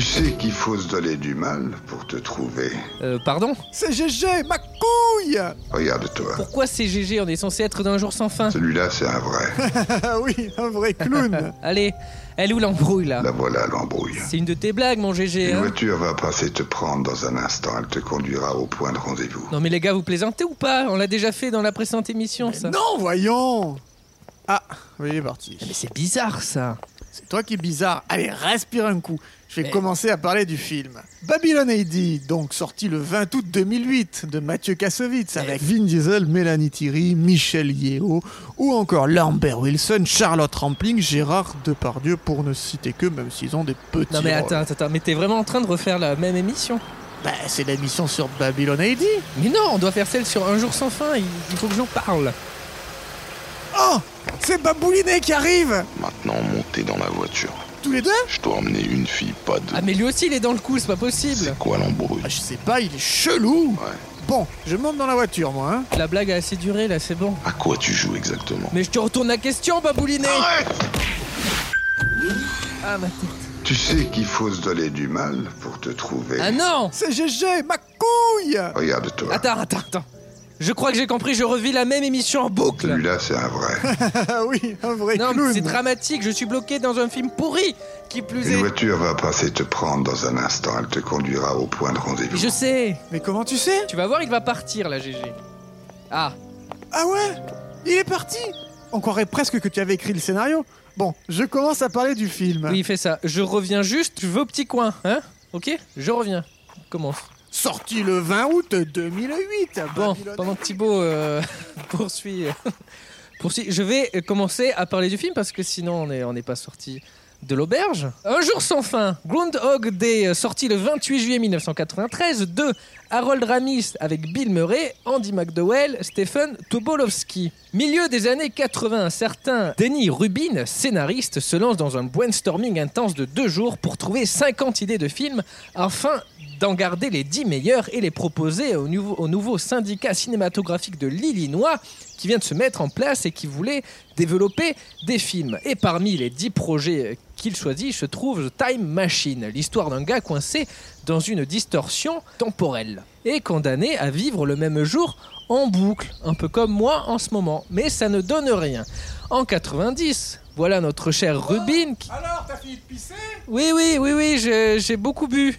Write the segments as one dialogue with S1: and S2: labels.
S1: sais qu'il faut se donner du mal pour te trouver.
S2: Pardon ?
S3: C'est GG, ma couille.
S1: Regarde-toi.
S2: Pourquoi c'est GG ? On est censé être d'un jour sans fin.
S1: Celui-là, c'est un vrai.
S3: Ah oui, un vrai clown.
S2: Allez, elle est où l'embrouille là ?
S1: La voilà, l'embrouille.
S2: C'est une de tes blagues, mon GG,
S1: Une
S2: hein ?
S1: voiture va passer te prendre dans un instant. Elle te conduira au point de rendez-vous.
S2: Non mais les gars, vous plaisantez ou pas ? On l'a déjà fait dans la précédente émission, ça.
S3: Non, voyons. Ah, oui, il est parti.
S2: Mais c'est bizarre, ça.
S3: C'est toi qui es bizarre. Allez, respire un coup. Je vais commencer à parler du film. Babylon AD, donc sorti le 20 août 2008 de Mathieu Kassovitz avec Vin Diesel, Mélanie Thierry, Michel Yeo ou encore Lambert Wilson, Charlotte Rampling, Gérard Depardieu pour ne citer que, même s'ils ont des petits
S2: Non mais
S3: rôles.
S2: attends, mais t'es vraiment en train de refaire la même émission ?
S3: Bah, c'est l'émission sur Babylon AD.
S2: Mais non, on doit faire celle sur Un jour sans fin, il faut que j'en parle.
S3: Oh, c'est Baboulinet qui arrive.
S4: Maintenant, montez dans la voiture.
S3: Tous les deux?
S4: Je dois emmener une fille, pas deux.
S2: Ah mais lui aussi il est dans le coup, c'est pas possible.
S4: C'est quoi l'embrouille?
S3: Ah, je sais pas, il est chelou.
S4: Ouais.
S3: Bon, je monte dans la voiture, moi, hein.
S2: La blague a assez duré là, c'est bon.
S4: À quoi tu joues exactement?
S2: Mais je te retourne la question, Baboulinet.
S1: Arrête!
S2: Ah ma tête.
S1: Tu sais qu'il faut se donner du mal pour te trouver.
S2: Ah non.
S3: C'est GG, ma couille.
S1: Regarde-toi.
S2: Attends. Je crois que j'ai compris, je revis la même émission en boucle.
S1: Celui-là, c'est un vrai.
S3: Ah oui, un vrai
S2: Non, mais
S3: clown.
S2: c'est dramatique, je suis bloqué dans un film pourri. Qui plus
S1: Une
S2: est...
S1: voiture va passer te prendre dans un instant. Elle te conduira au point de rendez-vous.
S2: Je sais.
S3: Mais comment tu sais?
S2: Tu vas voir, il va partir là, GG. Ah.
S3: Ah ouais? Il est parti. On croirait presque que tu avais écrit le scénario. Bon, je commence à parler du film.
S2: Oui, fais ça. Je reviens juste, je vais au petit coin, hein? Ok? Je reviens. Commence.
S3: Sorti le 20 août 2008.
S2: Bon,
S3: Babylon
S2: pendant que Thibaut poursuit, je vais commencer à parler du film parce que sinon on n'est pas sorti de l'auberge. Un jour sans fin, Groundhog Day, sorti le 28 juillet 1993, de Harold Ramis avec Bill Murray, Andy McDowell, Stephen Tobolowsky. Milieu des années 80, un certain Denny Rubin, scénariste, se lance dans un brainstorming intense de 2 jours pour trouver 50 idées de films afin d'en garder les 10 meilleurs et les proposer au nouveau syndicat cinématographique de l'Illinois qui vient de se mettre en place et qui voulait développer des films. Et parmi les 10 projets qu'il choisit se trouve The Time Machine, l'histoire d'un gars coincé dans une distorsion temporelle et condamné à vivre le même jour en boucle, un peu comme moi en ce moment. Mais ça ne donne rien. En 90, voilà notre cher Rubin qui...
S3: Alors, t'as fini de pisser?
S2: Oui, j'ai beaucoup bu.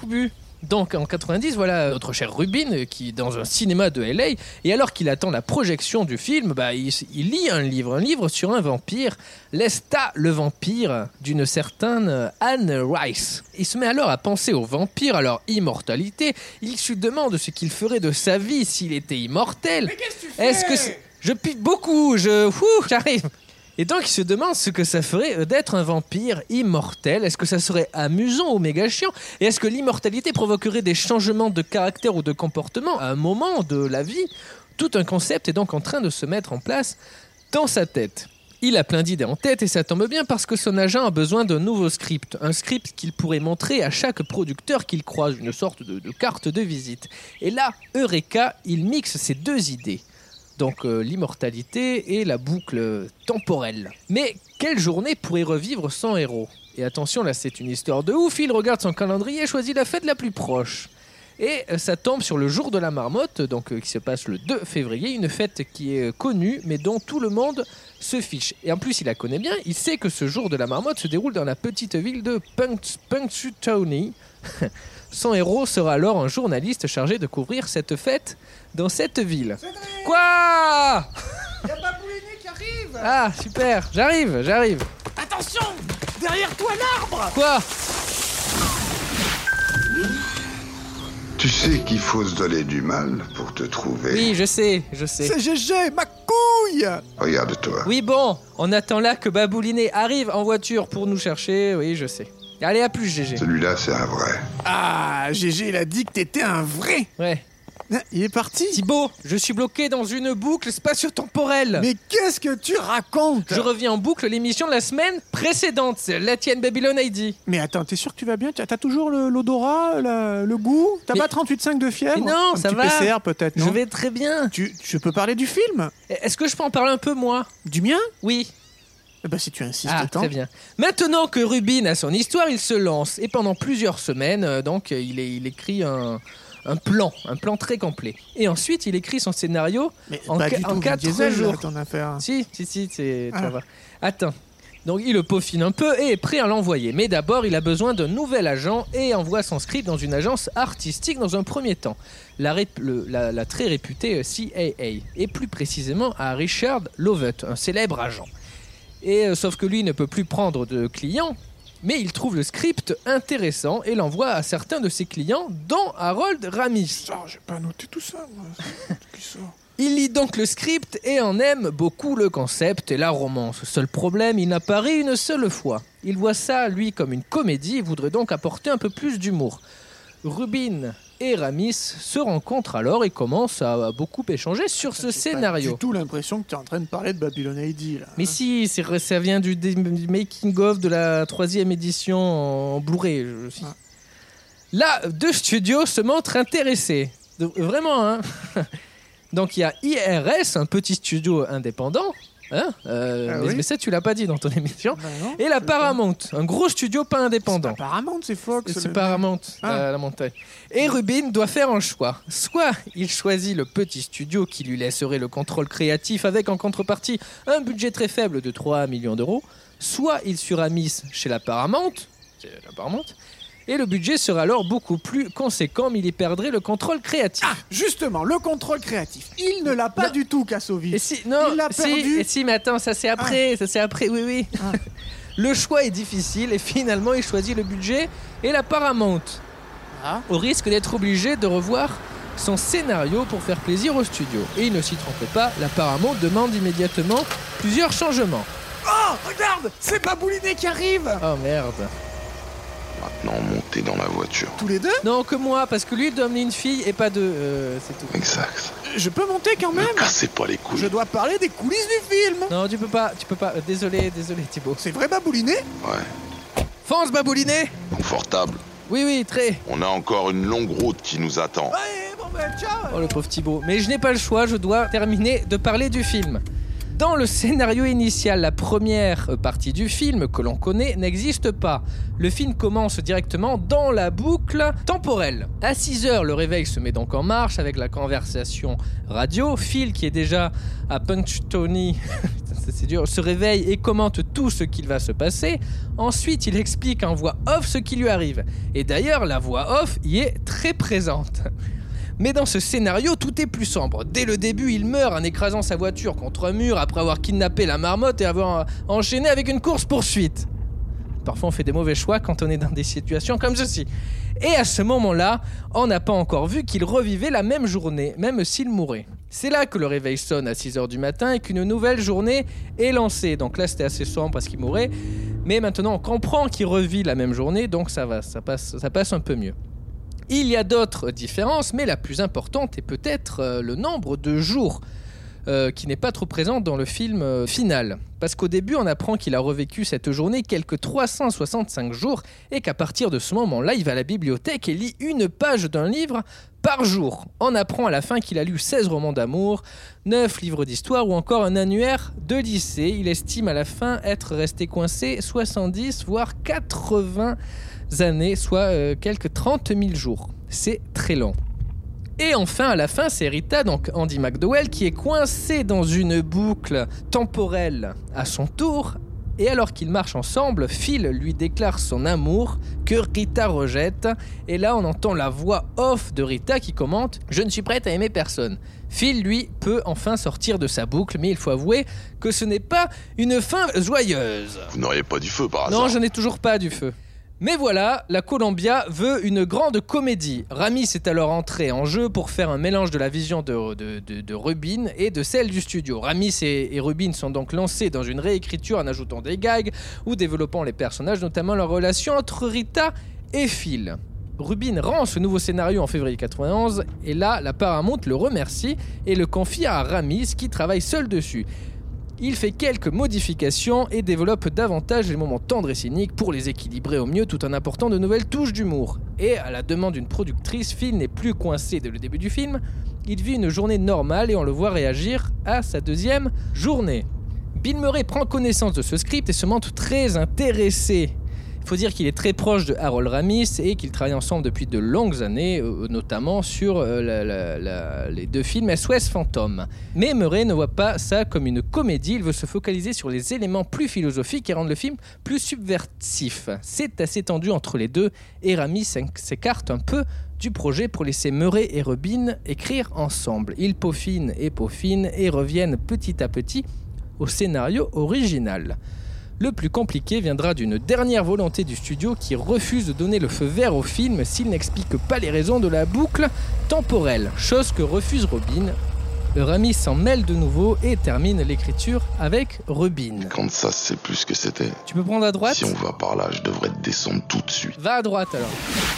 S2: Donc en 90, voilà notre cher Rubin qui est dans un cinéma de LA et alors qu'il attend la projection du film, il lit un livre sur un vampire, Lesta le vampire, d'une certaine Anne Rice. Il se met alors à penser au vampire, à leur immortalité. Il se demande ce qu'il ferait de sa vie s'il était immortel.
S3: Mais qu'est-ce que tu fais?
S2: Est-ce que je pique beaucoup, j'arrive. Et donc il se demande ce que ça ferait d'être un vampire immortel. Est-ce que ça serait amusant ou méga chiant? Et est-ce que l'immortalité provoquerait des changements de caractère ou de comportement à un moment de la vie? Tout un concept est donc en train de se mettre en place dans sa tête. Il a plein d'idées en tête et ça tombe bien parce que son agent a besoin d'un nouveau script. Un script qu'il pourrait montrer à chaque producteur qu'il croise, une sorte de carte de visite. Et là, Eureka, il mixe ces 2 idées. Donc l'immortalité et la boucle temporelle. Mais quelle journée pourrait revivre sans héros? Et attention, là c'est une histoire de ouf, il regarde son calendrier et choisit la fête la plus proche. Et ça tombe sur le jour de la marmotte, donc qui se passe le 2 février, une fête qui est connue mais dont tout le monde se fiche. Et en plus il la connaît bien, il sait que ce jour de la marmotte se déroule dans la petite ville de Punxsutawney. Son héros sera alors un journaliste chargé de couvrir cette fête dans cette ville.
S3: Cédric,
S2: Quoi?
S3: y a Baboulinet qui arrive.
S2: Ah, super, j'arrive.
S3: Attention, derrière toi l'arbre.
S2: Quoi?
S1: Tu sais qu'il faut se donner du mal pour te trouver.
S2: Oui, je sais.
S3: C'est GG, ma couille.
S1: Regarde-toi.
S2: Oui, bon, on attend là que Baboulinet arrive en voiture pour nous chercher, oui, je sais. Allez, à plus, GG.
S1: Celui-là, c'est un vrai.
S3: Ah, GG, il a dit que t'étais un vrai.
S2: Ouais.
S3: Il est parti.
S2: Thibaut, je suis bloqué dans une boucle spatio-temporelle.
S3: Mais qu'est-ce que tu racontes?
S2: Je reviens en boucle l'émission de la semaine précédente, c'est la tienne Babylon AD.
S3: Mais attends, t'es sûr que tu vas bien? T'as toujours l'odorat, le goût? T'as
S2: Mais-
S3: pas 38,5 de fièvre?
S2: Mais non,
S3: un
S2: ça
S3: petit
S2: va.
S3: PCR peut-être, non?
S2: Je vais très bien.
S3: Je peux parler du film?
S2: Est-ce que je peux en parler un peu, moi?
S3: Du mien?
S2: Oui.
S3: Bah si tu insistes tant.
S2: Très bien. Maintenant que Rubin a son histoire, il se lance. Et pendant plusieurs semaines, il écrit un plan très complet. Et ensuite, il écrit son scénario en 4 jours.
S3: Là, ton affaire.
S2: Si, tu vas voir. Attends. Donc il le peaufine un peu et est prêt à l'envoyer. Mais d'abord, il a besoin d'un nouvel agent et envoie son script dans une agence artistique dans un premier temps. La très réputée CAA. Et plus précisément à Richard Lovett, un célèbre agent. Et sauf que lui ne peut plus prendre de clients, mais il trouve le script intéressant et l'envoie à certains de ses clients, dont Harold Ramis.
S3: J'ai pas noté tout ça, moi. Qui ça ?
S2: Il lit donc le script et en aime beaucoup le concept et la romance. Seul problème, il n'a pas ri une seule fois. Il voit ça, lui, comme une comédie et voudrait donc apporter un peu plus d'humour. Rubin et Ramis se rencontrent alors et commencent à beaucoup échanger sur ce scénario.
S3: J'ai du tout l'impression que tu es en train de parler de Babylon AD, là.
S2: Mais si, ça vient du making-of de la 3e édition en Blu-ray. Là, deux studios se montrent intéressés. Vraiment, hein. Donc il y a IRS, un petit studio indépendant, mais ça tu l'as pas dit dans ton émission, et la Paramount, un gros studio pas indépendant.
S3: C'est pas Paramount, c'est Fox.
S2: C'est Paramount, la montagne. Et Rubin doit faire un choix. Soit il choisit le petit studio qui lui laisserait le contrôle créatif avec en contrepartie un budget très faible de 3 millions d'euros, soit il sera mis chez la Paramount, et le budget sera alors beaucoup plus conséquent, mais il y perdrait le contrôle créatif.
S3: Justement, le contrôle créatif. Il ne l'a pas du tout, Kassovitz.
S2: Il l'a
S3: perdu.
S2: Mais attends, ça c'est après, oui. Le choix est difficile et finalement il choisit le budget et la Paramount. Au risque d'être obligé de revoir son scénario pour faire plaisir au studio. Et il ne s'y trompe pas, la Paramount demande immédiatement plusieurs changements.
S3: Oh, regarde, c'est Baboulinet qui arrive.
S2: Oh merde.
S4: Maintenant, montez dans la voiture.
S3: Tous les deux ?
S2: Non, que moi, parce que lui, il doit amener une fille et pas deux, c'est tout.
S4: Exact.
S3: Je peux monter quand même ?
S4: Ne cassez pas les couilles.
S3: Je dois parler des coulisses du film.
S2: Non, tu peux pas. Désolé, Thibaut.
S3: C'est vrai Baboulinet ?
S4: Ouais.
S2: Fonce, Baboulinet !
S4: Confortable.
S2: Oui, très.
S4: On a encore une longue route qui nous attend.
S3: Ouais, bon ben, ciao.
S2: Oh, le pauvre Thibaut. Mais je n'ai pas le choix, je dois terminer de parler du film. Dans le scénario initial, la première partie du film que l'on connaît n'existe pas. Le film commence directement dans la boucle temporelle. À 6h, le réveil se met donc en marche avec la conversation radio. Phil, qui est déjà à Punxsutawney, c'est dur, se réveille et commente tout ce qu'il va se passer. Ensuite, il explique en voix off ce qui lui arrive. Et d'ailleurs, la voix off y est très présente. Mais dans ce scénario, tout est plus sombre. Dès le début, il meurt en écrasant sa voiture contre un mur après avoir kidnappé la marmotte et avoir enchaîné avec une course-poursuite. Parfois, on fait des mauvais choix quand on est dans des situations comme ceci. Et à ce moment-là, on n'a pas encore vu qu'il revivait la même journée, même s'il mourait. C'est là que le réveil sonne à 6h du matin et qu'une nouvelle journée est lancée. Donc là, c'était assez sombre parce qu'il mourait. Mais maintenant, on comprend qu'il revit la même journée, donc ça passe un peu mieux. Il y a d'autres différences, mais la plus importante est peut-être le nombre de jours qui n'est pas trop présent dans le film final. Parce qu'au début, on apprend qu'il a revécu cette journée quelques 365 jours et qu'à partir de ce moment-là, il va à la bibliothèque et lit une page d'un livre par jour. On apprend à la fin qu'il a lu 16 romans d'amour, 9 livres d'histoire ou encore un annuaire de lycée. Il estime à la fin être resté coincé 70 voire 80 années, soit quelques 30 000 jours. C'est très long. Et enfin, à la fin, c'est Rita, donc Andie MacDowell, qui est coincée dans une boucle temporelle à son tour. Et alors qu'ils marchent ensemble, Phil lui déclare son amour que Rita rejette. Et là, on entend la voix off de Rita qui commente « Je ne suis prête à aimer personne ». Phil, lui, peut enfin sortir de sa boucle, mais il faut avouer que ce n'est pas une fin joyeuse.
S4: Vous n'auriez pas du feu par hasard?
S2: Non, je n'ai toujours pas du feu. Mais voilà, la Columbia veut une grande comédie. Ramis est alors entré en jeu pour faire un mélange de la vision de Rubin et de celle du studio. Ramis et Rubin sont donc lancés dans une réécriture en ajoutant des gags ou développant les personnages, notamment leur relation entre Rita et Phil. Rubin rend ce nouveau scénario en février 91 et là, la Paramount le remercie et le confie à Ramis qui travaille seul dessus. Il fait quelques modifications et développe davantage les moments tendres et cyniques pour les équilibrer au mieux tout en apportant de nouvelles touches d'humour. Et à la demande d'une productrice, Phil n'est plus coincé dès le début du film. Il vit une journée normale et on le voit réagir à sa deuxième journée. Bill Murray prend connaissance de ce script et se montre très intéressé. Il faut dire qu'il est très proche de Harold Ramis et qu'ils travaillent ensemble depuis de longues années, notamment sur les 2 films SOS Fantôme. Mais Murray ne voit pas ça comme une comédie, il veut se focaliser sur les éléments plus philosophiques et rendre le film plus subversif. C'est assez tendu entre les deux et Ramis s'écarte un peu du projet pour laisser Murray et Rubin écrire ensemble. Ils peaufinent et reviennent petit à petit au scénario original. Le plus compliqué viendra d'une dernière volonté du studio qui refuse de donner le feu vert au film s'il n'explique pas les raisons de la boucle temporelle, chose que refuse Rubin. Ramis s'en mêle de nouveau et termine l'écriture avec Rubin.
S4: Quand ça, c'est plus ce que c'était.
S2: Tu peux prendre à droite ?
S4: Si on va par là, je devrais te descendre tout de suite.
S2: Va à droite alors.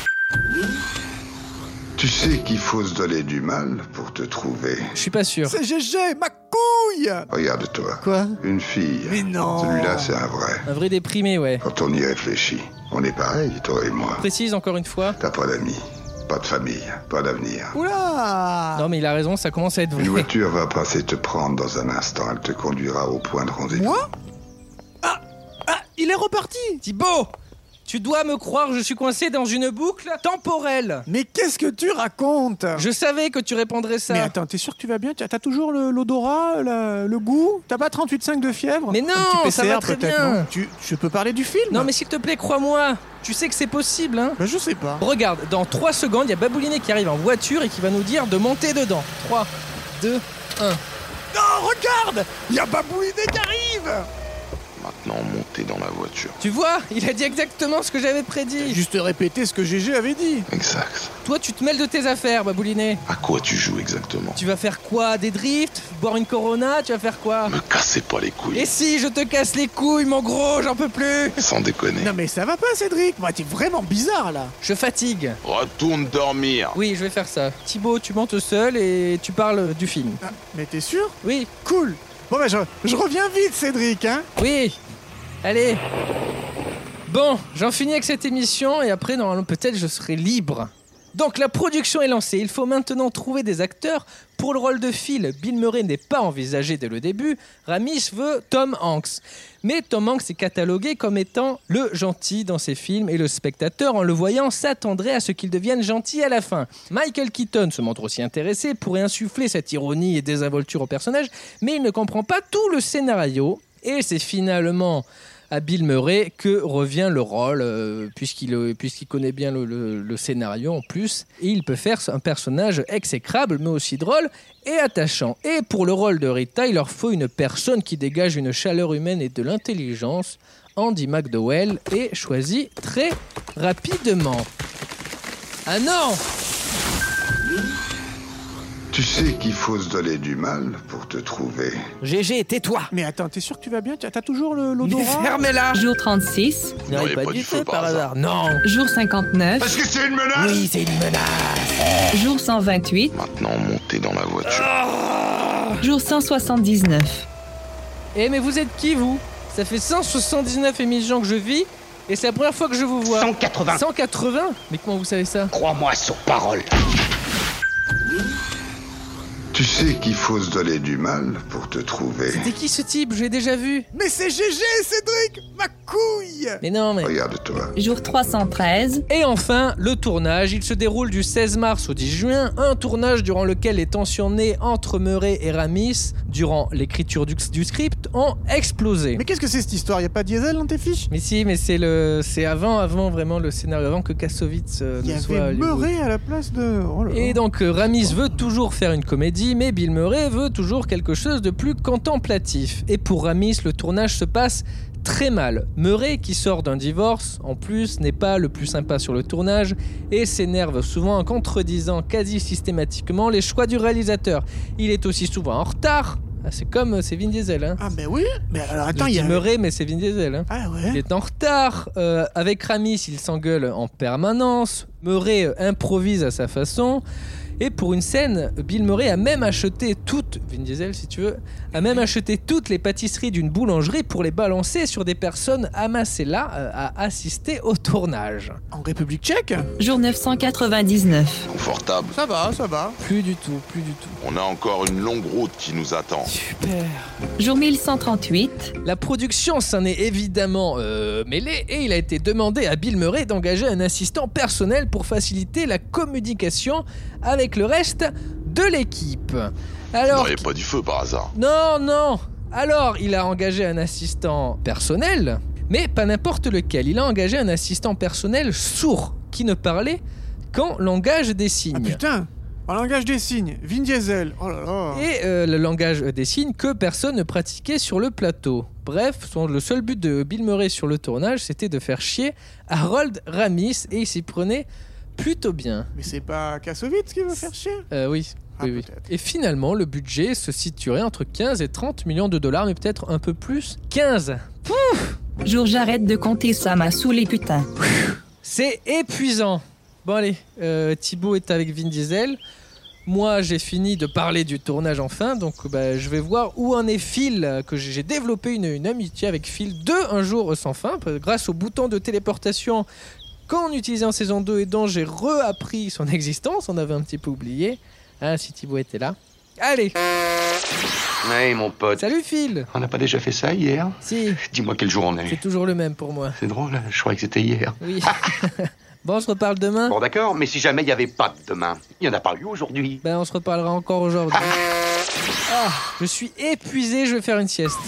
S1: Tu sais qu'il faut se donner du mal pour te trouver.
S2: Je suis pas sûr.
S3: C'est GG, ma couille!
S1: Regarde-toi.
S3: Quoi?
S1: Une fille.
S3: Mais non!
S1: Celui-là, c'est un vrai.
S2: Un vrai déprimé, ouais.
S1: Quand on y réfléchit, on est pareil, toi et moi.
S2: Précise encore une fois.
S1: T'as pas d'amis, pas de famille, pas d'avenir.
S3: Oula!
S2: Non mais il a raison, ça commence à être vrai.
S1: Une voiture va passer te prendre dans un instant. Elle te conduira au point de rendez-vous.
S3: Moi? Ah! Il est reparti!
S2: Thibaut! Tu dois me croire, je suis coincé dans une boucle temporelle.
S3: Mais qu'est-ce que tu racontes?
S2: Je savais que tu répondrais ça.
S3: Mais attends, t'es sûr que tu vas bien? T'as toujours l'odorat, le goût? T'as pas 38,5 de fièvre?
S2: Mais non,
S3: un petit
S2: ça
S3: PCR
S2: va très
S3: peut-être,
S2: bien.
S3: non? Je peux parler du film?
S2: Non mais s'il te plaît, crois-moi. Tu sais que c'est possible, hein?
S3: Bah, je sais pas.
S2: Regarde, dans 3 secondes, il y a Baboulinet qui arrive en voiture et qui va nous dire de monter dedans. 3, 2, 1.
S3: Non, regarde! Il y a Baboulinet qui arrive!
S4: Maintenant, montez dans la voiture.
S2: Tu vois, il a dit exactement ce que j'avais prédit.
S3: Juste répéter ce que GG avait dit.
S4: Exact.
S2: Toi, tu te mêles de tes affaires, Baboulinet.
S4: À quoi tu joues exactement?
S2: Tu vas faire quoi? Des drifts? Boire une Corona? Tu vas faire quoi?
S4: Me cassez pas les couilles.
S2: Et si je te casse les couilles, mon gros, j'en peux plus.
S4: Sans déconner.
S3: Non mais ça va pas, Cédric. Moi, t'es vraiment bizarre là.
S2: Je fatigue.
S4: Retourne dormir.
S2: Oui, je vais faire ça. Thibaut, tu montes seul et tu parles du film.
S3: Ah, mais t'es sûr?
S2: Oui,
S3: Cool. Bon bah je reviens vite, Cédric, hein.
S2: oui. Allez. Bon, j'en finis avec cette émission et après, normalement, peut-être je serai libre. Donc la production est lancée. Il faut maintenant trouver des acteurs pour le rôle de Phil. Bill Murray n'est pas envisagé dès le début. Ramis veut Tom Hanks. Mais Tom Hanks est catalogué comme étant le gentil dans ses films et le spectateur, en le voyant, s'attendrait à ce qu'il devienne gentil à la fin. Michael Keaton se montre aussi intéressé, pourrait insuffler cette ironie et désinvolture au personnage, mais il ne comprend pas tout le scénario. Et c'est finalement à Bill Murray que revient le rôle, puisqu'il connaît bien le scénario en plus. Et il peut faire un personnage exécrable, mais aussi drôle et attachant. Et pour le rôle de Rita, il leur faut une personne qui dégage une chaleur humaine et de l'intelligence. Andy McDowell est choisi très rapidement. Ah non!
S1: Tu sais qu'il faut se donner du mal pour te trouver.
S2: GG, tais-toi!
S3: Mais attends, t'es sûr que tu vas bien? T'as toujours l'odorat?
S2: Fermez-la!
S5: Jour 36,
S2: Il n'arrive pas du feu par hasard. Non!
S5: jour 59,
S1: Est-ce que c'est une menace?
S2: Oui, c'est une menace!
S5: jour 128,
S4: Maintenant, montez dans la voiture.
S5: jour 179.
S2: Eh mais vous êtes qui, vous? Ça fait 179 émissions que je vis et c'est la première fois que je vous vois.
S6: 180.
S2: 180? Mais comment vous savez ça?
S6: Crois-moi sur parole.
S1: Tu sais qu'il faut se donner du mal pour te trouver.
S2: C'était qui ce type? Je l'ai déjà vu.
S3: Mais c'est GG, Cédric! Ma couille!
S2: Mais non, mais...
S1: Regarde-toi.
S5: Jour 313,
S2: Et enfin, le tournage. Il se déroule du 16 mars au 10 juin. Un tournage durant lequel les tensions nées entre Murray et Ramis, durant l'écriture du script, ont explosé.
S3: Mais qu'est-ce que c'est cette histoire? Y a pas de diesel dans tes fiches?
S2: Mais si, mais c'est avant vraiment le scénario, avant que Kassovitz
S3: Il y
S2: ne soit à
S3: avait
S2: Hollywood.
S3: Murray à la place de... Oh là là.
S2: Et donc Ramis veut toujours faire une comédie, mais Bill Murray veut toujours quelque chose de plus contemplatif. Et pour Ramis, le tournage se passe très mal. Murray, qui sort d'un divorce, en plus, n'est pas le plus sympa sur le tournage et s'énerve souvent en contredisant quasi systématiquement les choix du réalisateur. Il est aussi souvent en retard. Ah, c'est Vin Diesel, hein.
S3: Ah mais oui, mais alors attends,
S2: Je
S3: il y
S2: dis
S3: a...
S2: Murray, mais c'est Vin Diesel, hein.
S3: Ah
S2: Il
S3: ouais?
S2: est en retard. Avec Ramis, il s'engueule en permanence. Murray improvise à sa façon. Et pour une scène, Bill Murray a même acheté Vin Diesel si tu veux, a même acheté toutes les pâtisseries d'une boulangerie pour les balancer sur des personnes amassées là à assister au tournage.
S3: En République tchèque?
S5: Jour 999.
S4: Confortable.
S3: Ça va, ça va.
S2: Plus du tout.
S4: On a encore une longue route qui nous attend.
S3: Super.
S5: Jour 1138.
S2: La production s'en est évidemment mêlée et il a été demandé à Bill Murray d'engager un assistant personnel pour faciliter la communication avec le reste de l'équipe.
S4: Vous
S2: Alors,
S4: n'auriez pas du feu par hasard.
S2: non. Alors, il a engagé un assistant personnel, mais pas n'importe lequel. Il a engagé un assistant personnel sourd qui ne parlait qu'en langage des
S3: Ah
S2: signes.
S3: putain, en langage des signes, Vin Diesel, oh là là.
S2: Et le langage des signes que personne ne pratiquait sur le plateau. Bref, le seul but de Bill Murray sur le tournage, c'était de faire chier Harold Ramis et il s'y prenait plutôt bien.
S3: Mais c'est pas Kassovitz qui veut faire chier?
S2: Oui.
S3: Ah,
S2: Oui.
S3: peut-être.
S2: Et finalement, le budget se situerait entre 15 et 30 millions de dollars, mais peut-être un peu plus. 15.
S5: Jour j'arrête de compter, ça m'a saoulé putain.
S2: C'est épuisant. Bon allez, Thibaut est avec Vin Diesel. Moi, j'ai fini de parler du tournage enfin, donc je vais voir où en est Phil, que j'ai développé une amitié avec Phil de Un jour sans fin, grâce au bouton de téléportation qu'on utilisait en saison 2 et dont j'ai reappris son existence, on avait un petit peu oublié. Ah, si Thibaut était là. Allez,
S6: Hey mon pote,
S2: salut Phil.
S6: on n'a pas déjà fait ça hier?
S2: Si,
S6: Dis-moi quel jour on
S2: c'est
S6: est.
S2: toujours le même pour moi.
S6: C'est drôle, je croyais que c'était hier.
S2: Oui. Bon, on se reparle demain.
S6: Bon d'accord, mais si jamais il n'y avait pas de demain, il n'y en a pas eu aujourd'hui.
S2: On se reparlera encore aujourd'hui. Ah, je suis épuisé, je vais faire une sieste.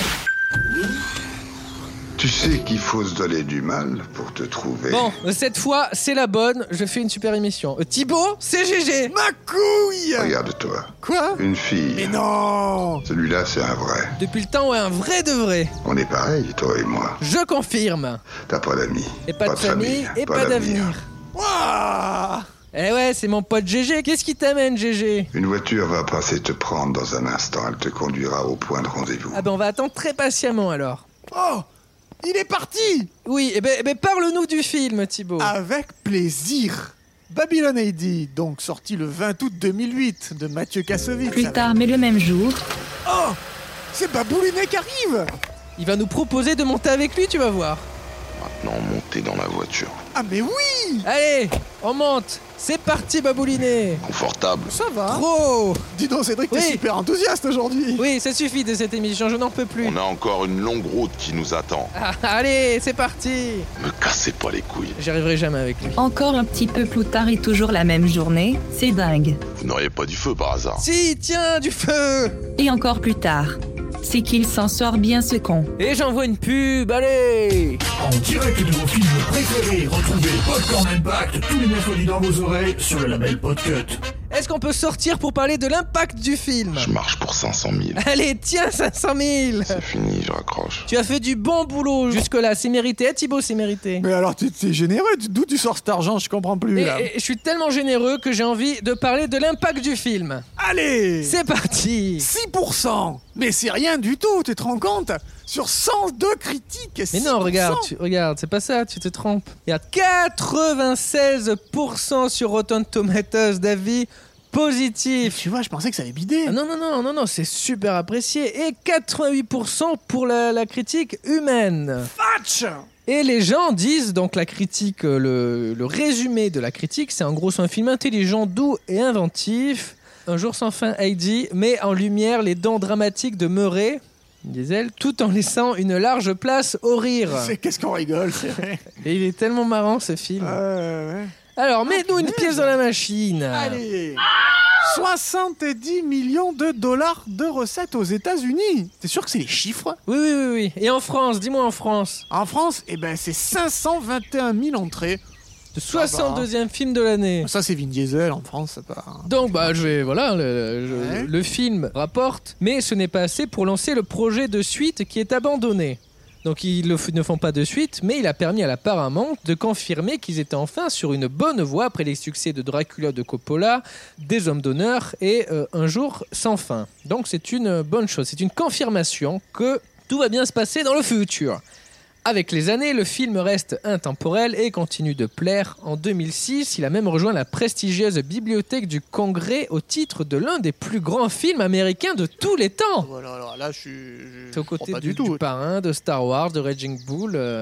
S1: Tu sais qu'il faut se donner du mal pour te trouver.
S2: Bon, cette fois, c'est la bonne. Je fais une super émission. Thibaut, c'est GG.
S3: Ma couille!
S1: Regarde-toi.
S3: Quoi?
S1: Une fille.
S3: Mais non!
S1: Celui-là, c'est un vrai.
S2: Depuis le temps, ouais, un vrai de vrai.
S1: On est pareil, toi et moi.
S2: Je confirme.
S1: T'as pas d'amis.
S2: Et pas de famille, et pas d'avenir.
S3: Wouah!
S2: Eh ouais, c'est mon pote GG. Qu'est-ce qui t'amène, GG?
S1: Une voiture va passer te prendre dans un instant. Elle te conduira au point de rendez-vous.
S2: Ah on va attendre très patiemment alors.
S3: Oh! Il est parti!
S2: Oui, parle-nous du film, Thibaut.
S3: Avec plaisir. Babylon AD, donc sorti le 20 août 2008 de Mathieu Kassovitz.
S5: Plus tard, mais le même jour.
S3: Oh! C'est Baboulinet qui arrive!
S2: Il va nous proposer de monter avec lui, tu vas voir.
S4: Maintenant, montez dans la voiture.
S3: Ah mais oui!
S2: Allez, on monte. C'est parti, Baboulinet.
S4: Confortable.
S3: Ça va.
S2: Trop.
S3: Dis donc Cédric, t'es
S2: Oui.
S3: super enthousiaste aujourd'hui.
S2: Oui, ça suffit de cette émission, je n'en peux plus.
S4: On a encore une longue route qui nous attend.
S2: Ah, allez, c'est parti.
S4: Me cassez pas les couilles.
S2: J'y arriverai jamais avec lui.
S5: Encore un petit peu plus tard et toujours la même journée. C'est dingue.
S4: Vous n'auriez pas du feu par hasard.
S2: Si, tiens, du feu.
S5: Et encore plus tard. C'est qu'il s'en sort bien ce con.
S2: Et j'envoie une pub, allez.
S7: En direct de vos films préférés, retrouvez Popcorn Impact tous les mercredis dans vos oreilles sur le label Podcut.
S2: Est-ce qu'on peut sortir pour parler de l'impact du film?
S4: Je marche pour 500 000.
S2: Allez, tiens, 500 000.
S4: C'est fini, je raccroche.
S2: Tu as fait du bon boulot jusque-là, c'est mérité. Eh, Thibaut, c'est mérité.
S3: Mais alors t'es généreux, d'où tu sors cet argent? Je comprends plus là.
S2: Et je suis tellement généreux que j'ai envie de parler de l'impact du film.
S3: Allez!
S2: C'est parti.
S3: 6%! Mais c'est rien du tout, tu te rends compte? Sur 102 critiques, 6%.
S2: Mais non, regarde, c'est pas ça, tu te trompes. Il y a 96% sur Rotten Tomatoes d'avis positifs.
S3: Tu vois, je pensais que ça allait bider.
S2: Ah non, c'est super apprécié. Et 88% pour la critique humaine.
S3: Fatch!
S2: Et les gens disent, donc la critique, le résumé de la critique, c'est en gros c'est un film intelligent, doux et inventif. Un jour sans fin, Heidi met en lumière les dons dramatiques de Murray, Diesel, tout en laissant une large place au rire.
S3: Qu'est-ce qu'on rigole, c'est vrai.
S2: Et il est tellement marrant ce film.
S3: Ouais.
S2: Alors, mets-nous une pièce dans la machine.
S3: Allez! 70 millions de dollars de recettes aux États-Unis. T'es sûr que c'est les chiffres?
S2: Oui. Et en France, dis-moi en France.
S3: En France, c'est 521 000 entrées.
S2: Le 62e film de l'année.
S3: Ça, c'est Vin Diesel en France, c'est pas.
S2: Donc, le film rapporte, mais ce n'est pas assez pour lancer le projet de suite qui est abandonné. Donc, ils ne font pas de suite, mais il a permis à la Paramount de confirmer qu'ils étaient enfin sur une bonne voie après les succès de Dracula de Coppola, Des Hommes d'honneur et Un jour sans fin. Donc, c'est une bonne chose, c'est une confirmation que tout va bien se passer dans le futur. Avec les années, le film reste intemporel et continue de plaire. En 2006, il a même rejoint la prestigieuse Bibliothèque du Congrès au titre de l'un des plus grands films américains de tous les temps.
S3: Voilà, alors là, je suis.
S2: C'est aux côtés
S3: pas
S2: du Parrain, de Star Wars, de Raging Bull.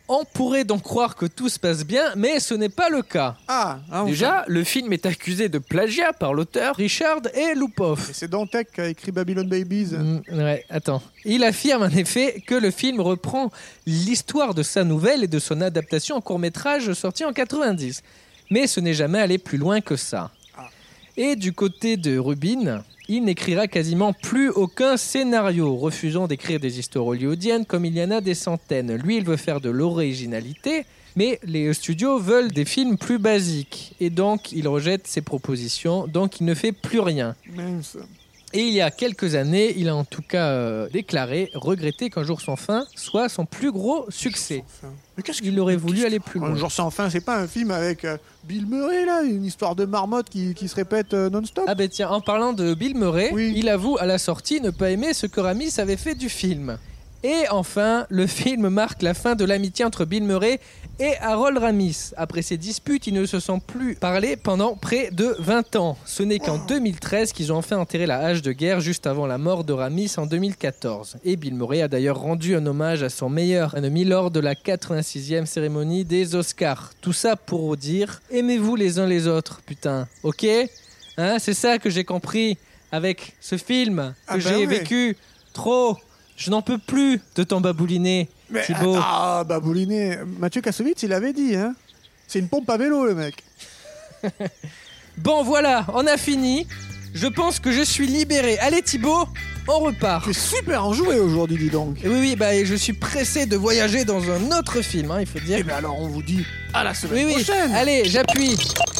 S2: On pourrait donc croire que tout se passe bien, mais ce n'est pas le cas.
S8: Déjà, le film est accusé de plagiat par l'auteur
S2: Richard E. Lupoff.
S3: Et c'est Dantec qui a écrit Babylon Babies.
S2: Ouais, attends. Il affirme en effet que le film reprend l'histoire de sa nouvelle et de son adaptation en court-métrage sorti en 90. Mais ce n'est jamais allé plus loin que ça. Et du côté de Rubin, il n'écrira quasiment plus aucun scénario, refusant d'écrire des histoires hollywoodiennes comme il y en a des centaines. Lui, il veut faire de l'originalité, mais les studios veulent des films plus basiques. Et donc, il rejette ses propositions, donc il ne fait plus rien.
S3: Mince.
S2: Et il y a quelques années, il a en tout cas déclaré regretter qu'Un jour sans fin soit son plus gros succès.
S3: Mais qu'est-ce
S2: qu'il aurait voulu aller plus loin?
S3: Un jour sans fin, c'est pas un film avec Bill Murray, là, une histoire de marmotte qui se répète non-stop?
S2: Ah ben tiens, en parlant de Bill Murray, il avoue à la sortie ne pas aimer ce que Ramis avait fait du film. Et enfin, le film marque la fin de l'amitié entre Bill Murray et Harold Ramis. Après ces disputes, ils ne se sont plus parlé pendant près de 20 ans. Ce n'est qu'en 2013 qu'ils ont enfin enterré la hache de guerre juste avant la mort de Ramis en 2014. Et Bill Murray a d'ailleurs rendu un hommage à son meilleur ennemi lors de la 86e cérémonie des Oscars. Tout ça pour dire, aimez-vous les uns les autres, putain, ok? Hein, c'est ça que j'ai compris avec ce film que j'ai vécu trop. Je n'en peux plus de ton babouliné, Thibaut.
S3: Babouliné. Mathieu Kassovitz, il avait dit, hein. C'est une pompe à vélo, le mec.
S2: Bon, voilà, on a fini. Je pense que je suis libéré. Allez, Thibaut, on repart.
S3: Tu es super enjoué aujourd'hui, dis donc.
S2: Et oui, je suis pressé de voyager dans un autre film, hein, il faut dire.
S3: Eh bien alors, on vous dit à la semaine prochaine.
S2: Allez, j'appuie.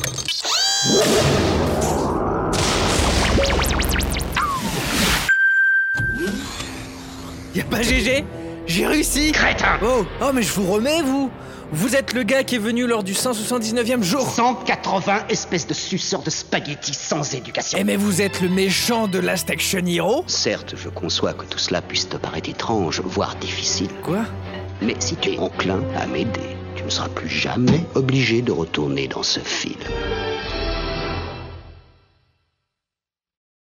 S8: Y'a pas GG? J'ai réussi!
S6: Crétin!
S8: Oh, mais je vous remets, vous! Vous êtes le gars qui est venu lors du 179e jour!
S6: 180 espèces de suceurs de spaghettis sans éducation!
S8: Eh mais vous êtes le méchant de Last Action Hero?
S6: Certes, je conçois que tout cela puisse te paraître étrange, voire difficile.
S8: Quoi?
S6: Mais si tu es enclin à m'aider, tu ne seras plus jamais obligé de retourner dans ce film.